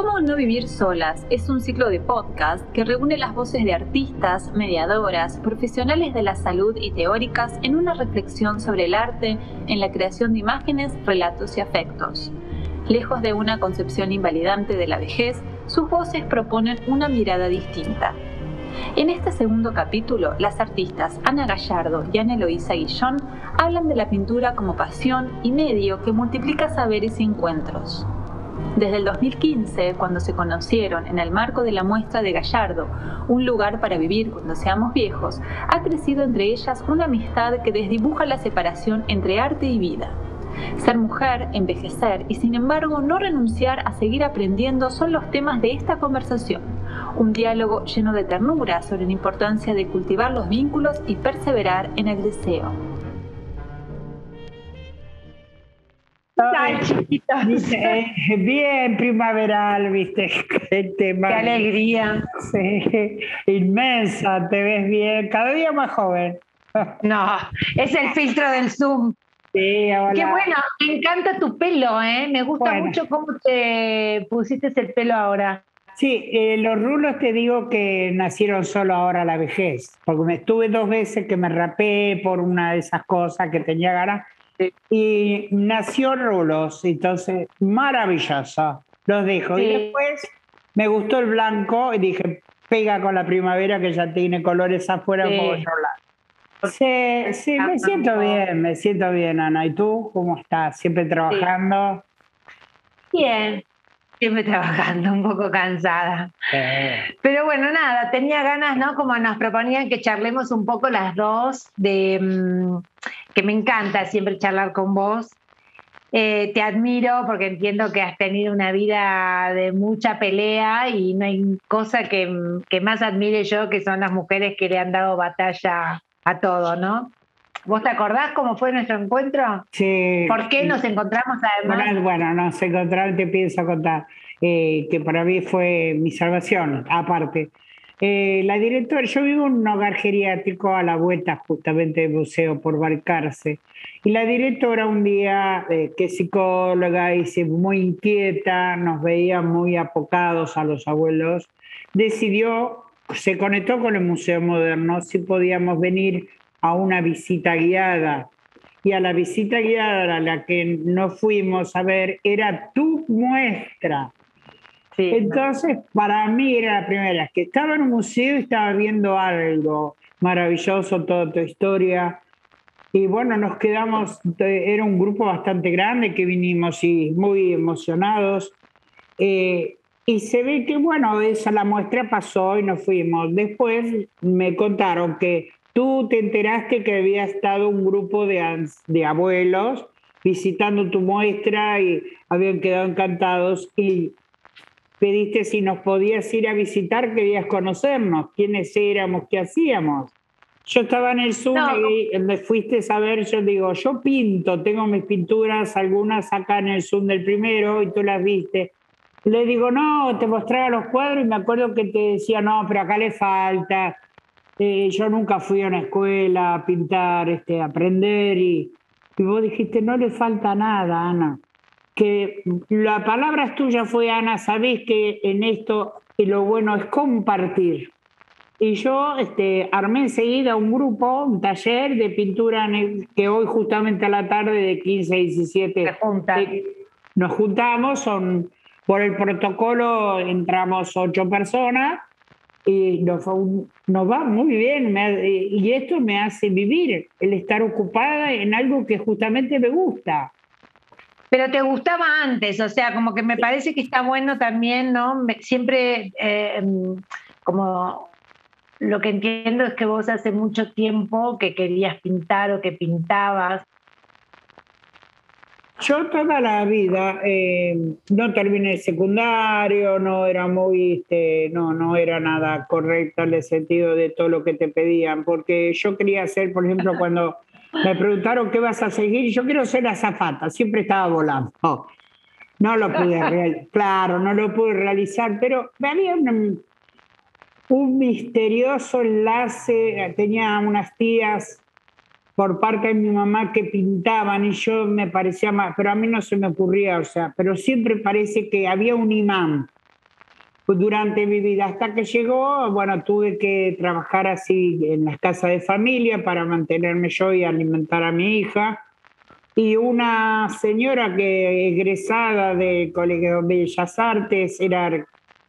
¿Cómo no vivir solas? Es un ciclo de podcast que reúne las voces de artistas, mediadoras, profesionales de la salud y teóricas en una reflexión sobre el arte en la creación de imágenes, relatos y afectos. Lejos de una concepción invalidante de la vejez, sus voces proponen una mirada distinta. En este segundo capítulo, las artistas Ana Gallardo y Ana Eloísa Guillón hablan de la pintura como pasión y medio que multiplica saberes y encuentros. Desde el 2015, cuando se conocieron en el marco de la muestra de Gallardo, Un lugar para vivir cuando seamos viejos, ha crecido entre ellas una amistad que desdibuja la separación entre arte y vida. Ser mujer, envejecer y sin embargo no renunciar a seguir aprendiendo son los temas de esta conversación. Un diálogo lleno de ternura sobre la importancia de cultivar los vínculos y perseverar en el deseo. Ay, chiquitos. Bien primaveral, viste, el tema. Qué alegría. Sí, inmensa, te ves bien, cada día más joven. No, es el filtro del Zoom. Sí, hola. Qué bueno, me encanta tu pelo, ¿eh? Me gusta mucho cómo te pusiste el pelo ahora. Sí, los rulos te digo que nacieron solo ahora a la vejez, porque me estuve 2 veces que me rapé por una de esas cosas que tenía ganas. Y nació rulos, entonces maravilloso, los dejo. Sí. Y después me gustó el blanco y dije, pega con la primavera que ya tiene colores afuera por otro lado. Sí, me siento bien, Ana. ¿Y tú cómo estás? ¿Siempre trabajando? Bien, siempre trabajando, un poco cansada. Pero bueno, nada, tenía ganas, ¿no? Como nos proponían que charlemos un poco las dos de... que me encanta siempre charlar con vos. Te admiro porque entiendo que has tenido una vida de mucha pelea y no hay cosa que más admire yo que son las mujeres que le han dado batalla a todo, ¿no? ¿Vos te acordás cómo fue nuestro encuentro? Sí. ¿Por qué nos encontramos además? Bueno, nos encontramos, te pienso contar, que para mí fue mi salvación, aparte. La directora, yo vivo en un hogar geriátrico a la vuelta justamente del museo por Balcarce, y la directora un día, que es psicóloga y muy inquieta, nos veía muy apocados a los abuelos, se conectó con el Museo Moderno si podíamos venir a una visita guiada. Y a la visita guiada a la que no fuimos a ver era tu muestra. Sí, entonces, para mí era la primera, que estaba en un museo y estaba viendo algo maravilloso, toda tu historia. Y bueno, nos quedamos, era un grupo bastante grande que vinimos y muy emocionados. Y se ve que, bueno, la muestra pasó y nos fuimos. Después me contaron que tú te enteraste que había estado un grupo de abuelos visitando tu muestra y habían quedado encantados y pediste si nos podías ir a visitar, querías conocernos, quiénes éramos, qué hacíamos. Yo estaba en el Zoom y me fuiste a ver, yo digo, yo pinto, tengo mis pinturas, algunas acá en el Zoom del primero y tú las viste. Le digo, no, te mostraba los cuadros y me acuerdo que te decía, no, pero acá le falta. Yo nunca fui a una escuela a pintar, a aprender y vos dijiste, no le falta nada, Ana. Que la palabra tuya fue, Ana, sabés que en esto lo bueno es compartir. Y yo armé enseguida un grupo, un taller de pintura que hoy justamente a la tarde de 15 a 17 nos juntamos, por el protocolo entramos 8 personas y nos va muy bien y esto me hace vivir, el estar ocupada en algo que justamente me gusta. Pero te gustaba antes, o sea, como que me parece que está bueno también, ¿no? Siempre como lo que entiendo es que vos hace mucho tiempo que querías pintar o que pintabas. Yo toda la vida no terminé el secundario, no era no era nada correcto en el sentido de todo lo que te pedían, porque yo quería hacer, por ejemplo, cuando me preguntaron qué vas a seguir, yo quiero ser azafata, siempre estaba volando. No lo pude realizar, claro, no lo pude realizar, pero había un misterioso enlace, tenía unas tías por parte de mi mamá que pintaban y yo me parecía más, pero a mí no se me ocurría, pero siempre parece que había un imán durante mi vida, hasta que llegó, bueno, tuve que trabajar así en las casas de familia para mantenerme yo y alimentar a mi hija. Y una señora que egresada del Colegio de Bellas Artes, era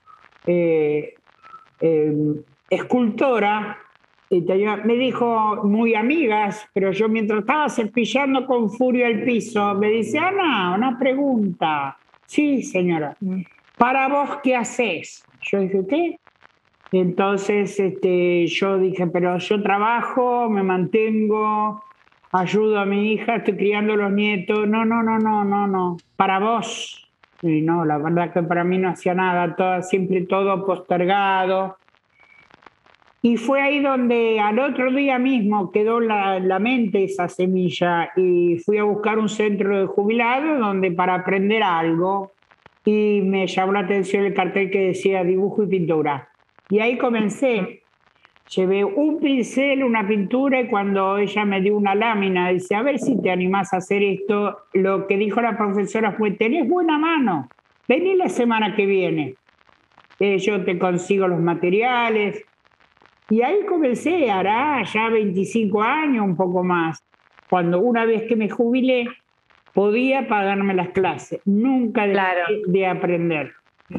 eh, eh, escultora, me dijo, muy amigas, pero yo mientras estaba cepillando con furia el piso, me dice, Ana, una pregunta. Sí, señora. ¿Para vos qué haces? Yo dije, ¿qué? Entonces yo dije, pero yo trabajo, me mantengo, ayudo a mi hija, estoy criando los nietos. No, no, no, no, no, no. Para vos. Y no, la verdad que para mí no hacía nada, siempre todo postergado. Y fue ahí donde al otro día mismo quedó la mente esa semilla y fui a buscar un centro de jubilados donde para aprender algo y me llamó la atención el cartel que decía dibujo y pintura. Y ahí comencé. Llevé un pincel, una pintura y cuando ella me dio una lámina, dice, a ver si te animás a hacer esto, lo que dijo la profesora fue, tenés buena mano, vení la semana que viene. Yo te consigo los materiales. Y ahí comencé, hará ya 25 años, un poco más. Cuando una vez que me jubilé, podía pagarme las clases. Nunca dejé de aprender.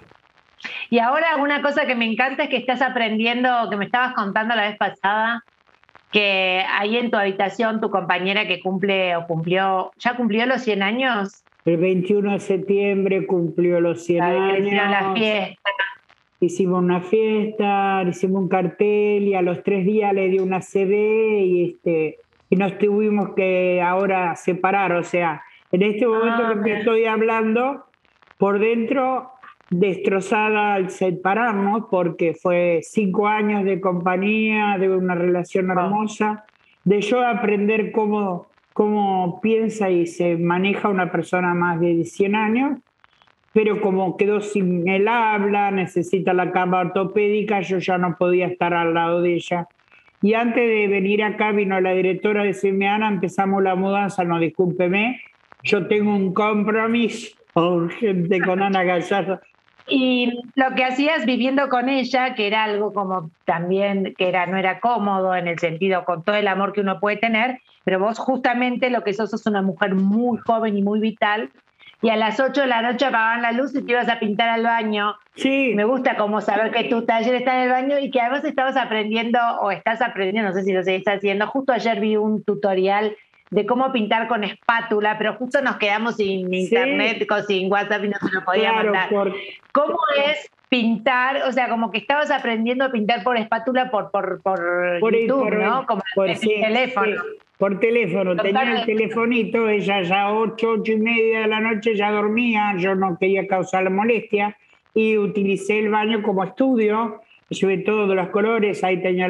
Y ahora una cosa que me encanta es que estás aprendiendo, que me estabas contando la vez pasada, que ahí en tu habitación tu compañera que ¿ya cumplió los 100 años? El 21 de septiembre cumplió los 100 años. Hicieron la fiesta. Hicimos una fiesta, hicimos un cartel y a los 3 días le di una CD y nos tuvimos que ahora separar. O sea, en este momento que te estoy hablando, por dentro destrozada al separarnos porque fue 5 años de compañía, de una relación hermosa, de yo aprender cómo piensa y se maneja una persona más de 100 años, pero como quedó sin el habla, necesita la cama ortopédica, yo ya no podía estar al lado de ella. Y antes de venir acá vino la directora de decirme, Ana, empezamos la mudanza, no, discúlpeme, yo tengo un compromiso urgente con Ana Gallardo. Y lo que hacías viviendo con ella, que era algo como también, no era cómodo en el sentido con todo el amor que uno puede tener, pero vos justamente lo que sos una mujer muy joven y muy vital, y a las 8 de la noche apagaban la luz y te ibas a pintar al baño. Sí. Me gusta como saber que tu taller está en el baño y que además estabas aprendiendo, o estás aprendiendo, no sé si lo seguís haciendo. Justo ayer vi un tutorial de cómo pintar con espátula, pero justo nos quedamos sin internet, sin WhatsApp y no se lo podía mandar. ¿Cómo es pintar? O sea, como que estabas aprendiendo a pintar por espátula por YouTube, ¿no? Como por el teléfono. Sí. Por teléfono, tenía el telefonito, ella ya 8:30 de la noche ya dormía, yo no quería causar la molestia y utilicé el baño como estudio, llevé todos los colores, ahí tenía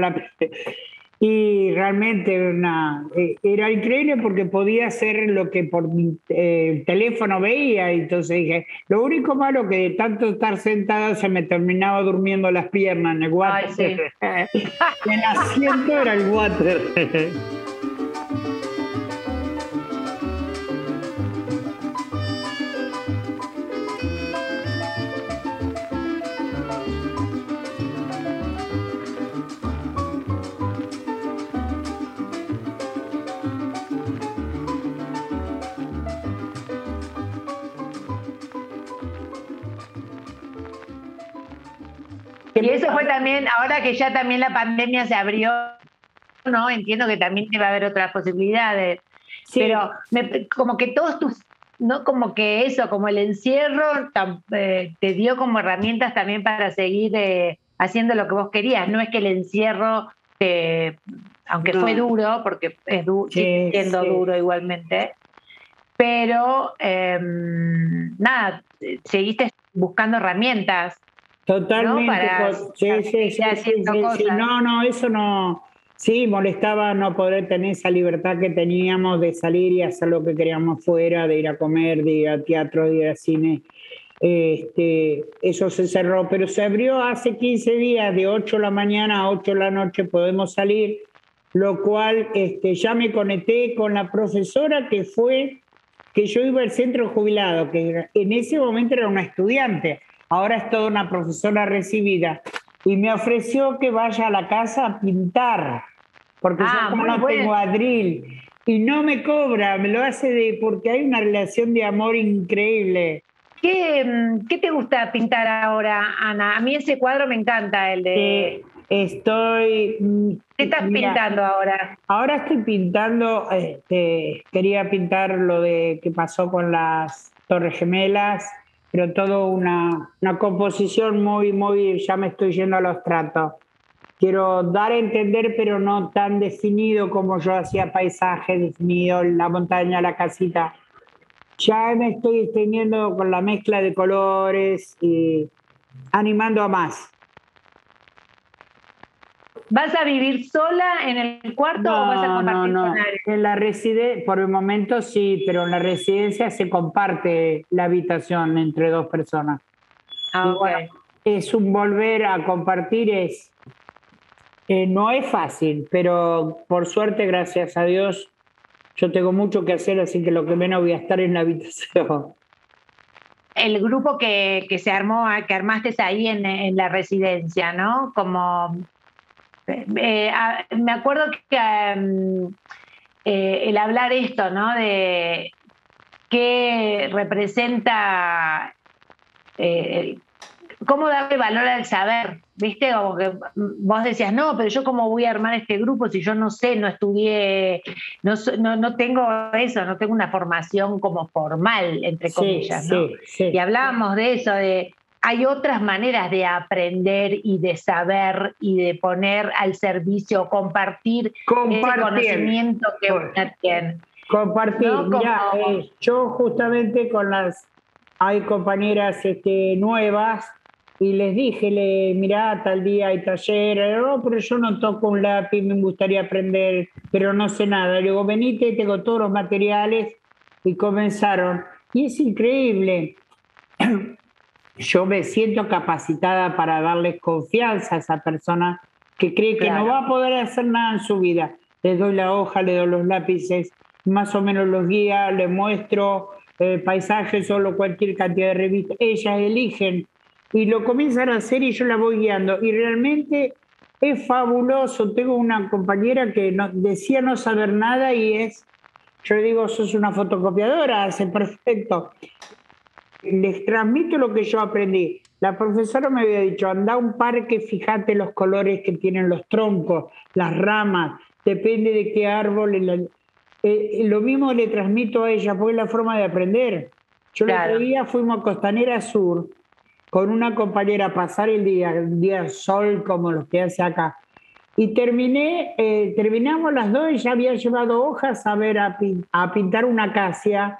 y realmente era increíble porque podía hacer lo que por mi teléfono veía, y entonces dije, lo único malo que de tanto estar sentada se me terminaba durmiendo las piernas en el water. Ay, sí. El asiento era el water. Y eso fue también, ahora que ya también la pandemia se abrió, ¿no? Entiendo que también te va a haber otras posibilidades. Sí. Pero como que todos tus, ¿no? Como que eso, como el encierro te dio como herramientas también para seguir haciendo lo que vos querías. No es que el encierro, aunque fue duro, porque sigue siendo duro igualmente, pero nada, seguiste buscando herramientas. Totalmente. ¿No? Para Sí. No, eso no. Sí, molestaba no poder tener esa libertad que teníamos de salir y hacer lo que queríamos fuera, de ir a comer, de ir al teatro, de ir al cine. Eso se cerró, pero se abrió hace 15 días, de 8 de la mañana a 8 de la noche podemos salir, lo cual ya me conecté con la profesora que yo iba al centro jubilado, que en ese momento era una estudiante. ahora es toda una profesora recibida, y me ofreció que vaya a la casa a pintar, porque yo no tengo adril, y no me cobra, me lo hace porque hay una relación de amor increíble. ¿Qué te gusta pintar ahora, Ana? A mí ese cuadro me encanta, el de... ¿Qué estás pintando ahora? Ahora estoy pintando, quería pintar lo de que pasó con las Torres Gemelas, pero todo una composición muy, ya me estoy yendo a los tratos. Quiero dar a entender, pero no tan definido como yo hacía paisaje definido, la montaña, la casita. Ya me estoy extendiendo con la mezcla de colores y animando a más. ¿Vas a vivir sola en el cuarto o vas a compartir con alguien? En la residencia, por el momento sí, pero en la residencia se comparte la habitación entre dos personas. Okay. Bueno, es un volver a compartir, no es fácil, pero por suerte, gracias a Dios, yo tengo mucho que hacer, así que lo que menos voy a estar en la habitación. El grupo que se armó, que armaste ahí en la residencia, ¿no? Como... me acuerdo que el hablar esto, ¿no? De qué representa, cómo darle valor al saber, ¿viste? Como que vos decías, no, pero yo cómo voy a armar este grupo si yo no sé, no estudié, no tengo eso, no tengo una formación como formal, entre comillas, ¿no? Sí. Y hablábamos de eso, de hay otras maneras de aprender y de saber y de poner al servicio, compartir ese conocimiento que uno tiene. Compartir, ¿no? Mirá, yo justamente hay compañeras nuevas y les dije, mirá, tal día hay taller, pero yo no toco un lápiz, me gustaría aprender, pero no sé nada. Le digo, venite, tengo todos los materiales, y comenzaron. Y es increíble. Yo me siento capacitada para darles confianza a esa persona que cree que no va a poder hacer nada en su vida. Les doy la hoja, le doy los lápices, más o menos los guía, les muestro paisajes o cualquier cantidad de revistas. Ellas eligen y lo comienzan a hacer y yo la voy guiando. Y realmente es fabuloso. Tengo una compañera que decía no saber nada yo le digo, sos una fotocopiadora, hace perfecto. Les transmito lo que yo aprendí. La profesora me había dicho, anda a un parque, fíjate los colores que tienen los troncos, las ramas, depende de qué árbol. Lo mismo le transmito a ella, porque es la forma de aprender. Yo el otro día fuimos a Costanera Sur con una compañera a pasar el día sol como los que hace acá. Y terminamos las dos y ya había llevado hojas a pintar una acacia.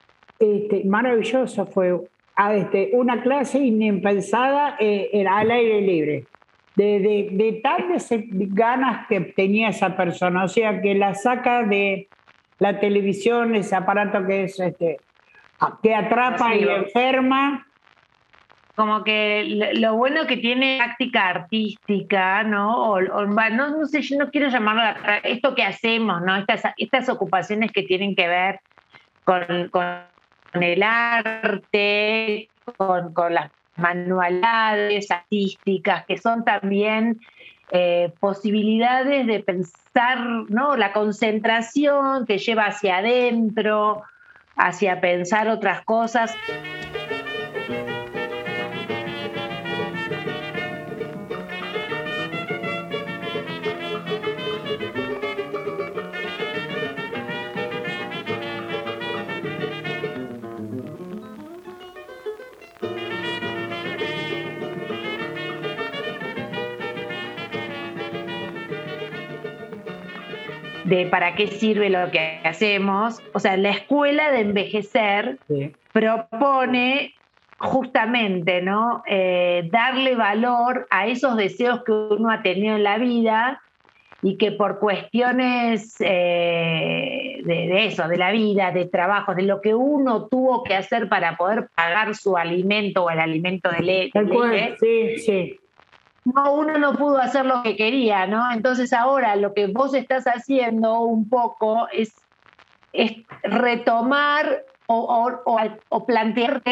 Maravilloso fue una clase impensada al aire libre de tantas ganas que tenía esa persona, o sea que la saca de la televisión, ese aparato que es que atrapa y enferma. Como que lo bueno que tiene práctica artística, ¿no? No sé, yo no quiero llamarlo esto que hacemos, ¿no? Estas ocupaciones que tienen que ver con el arte, con las manualidades artísticas, que son también posibilidades de pensar, ¿no? La concentración que lleva hacia adentro, hacia pensar otras cosas. De para qué sirve lo que hacemos. O sea, la escuela de envejecer propone justamente, ¿no? Darle valor a esos deseos que uno ha tenido en la vida y que por cuestiones de eso, de la vida, de trabajo, de lo que uno tuvo que hacer para poder pagar su alimento o el alimento de leche. Sí. No, uno no pudo hacer lo que quería, ¿no? Entonces ahora lo que vos estás haciendo un poco es retomar o plantearte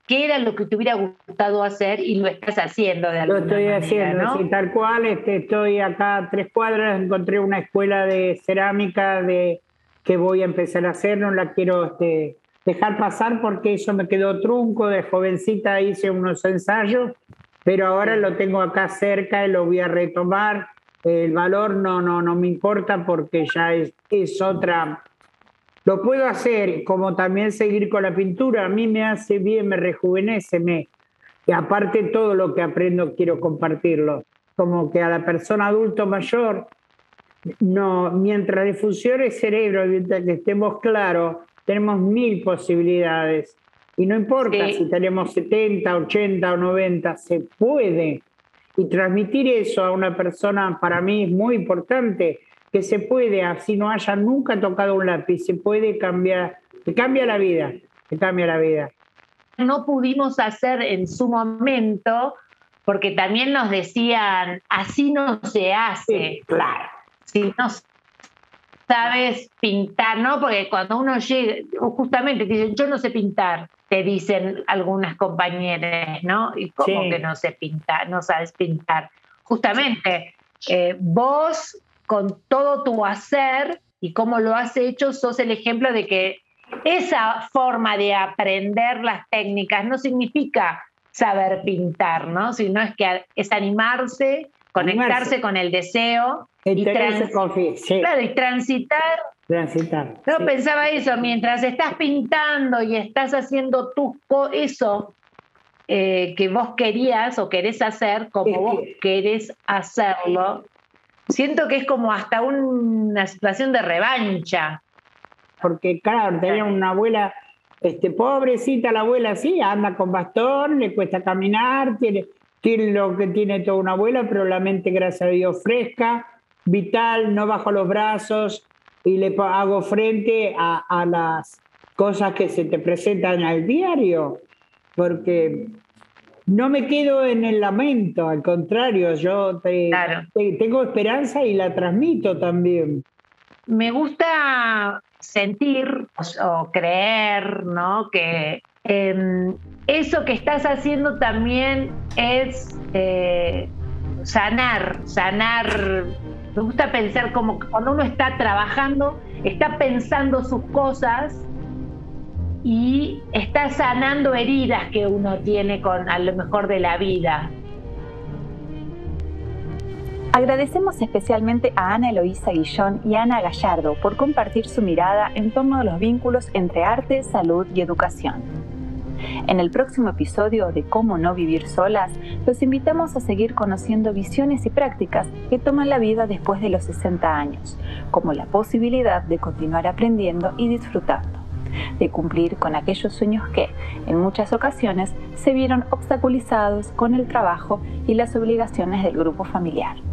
qué era lo que te hubiera gustado hacer y lo estás haciendo de alguna manera. Lo estoy haciendo, ¿no? sí, tal cual. Estoy acá a 3 cuadras, encontré una escuela de cerámica que voy a empezar a hacer, no la quiero dejar pasar porque eso me quedó trunco, de jovencita hice unos ensayos, pero ahora lo tengo acá cerca y lo voy a retomar. El valor no me importa porque ya es otra. Lo puedo hacer, como también seguir con la pintura. A mí me hace bien, me rejuvenece, y aparte todo lo que aprendo quiero compartirlo. Como que a la persona adulto mayor, no, mientras le funcione el cerebro, mientras que estemos claros, tenemos 1000 posibilidades. Y no importa si tenemos 70, 80 o 90, se puede. Y transmitir eso a una persona para mí es muy importante, que se puede, así no haya nunca tocado un lápiz, se puede cambiar, te cambia la vida, te cambia la vida. No pudimos hacer en su momento, porque también nos decían, así no se hace. Sí, claro. Si no sabes pintar, ¿no? Porque cuando uno llega, justamente te dicen, yo no sé pintar, te dicen algunas compañeras, ¿no? Y cómo que no sé pintar, no sabes pintar. Justamente, vos con todo tu hacer y cómo lo has hecho, sos el ejemplo de que esa forma de aprender las técnicas no significa saber pintar, ¿no? Sino es animarse, conectarse con el deseo y transitar. No, sí. Pensaba eso, mientras estás pintando y estás haciendo eso que vos querías o querés hacer como vos querés hacerlo, siento que es como hasta una situación de revancha. Porque claro, tenía una abuela, pobrecita la abuela, sí, anda con bastón, le cuesta caminar, tiene lo que tiene toda una abuela, pero la mente, gracias a Dios, fresca, vital, no bajo los brazos y le hago frente a las cosas que se te presentan al diario, porque no me quedo en el lamento, al contrario, yo tengo esperanza y la transmito también. Me gusta sentir o creer, ¿no? Que eso que estás haciendo también es sanar. Me gusta pensar como que cuando uno está trabajando, está pensando sus cosas y está sanando heridas que uno tiene a lo mejor de la vida. Agradecemos especialmente a Ana Eloísa Guillón y Ana Gallardo por compartir su mirada en torno a los vínculos entre arte, salud y educación. En el próximo episodio de Cómo no vivir solas, los invitamos a seguir conociendo visiones y prácticas que toman la vida después de los 60 años, como la posibilidad de continuar aprendiendo y disfrutando, de cumplir con aquellos sueños que, en muchas ocasiones, se vieron obstaculizados con el trabajo y las obligaciones del grupo familiar.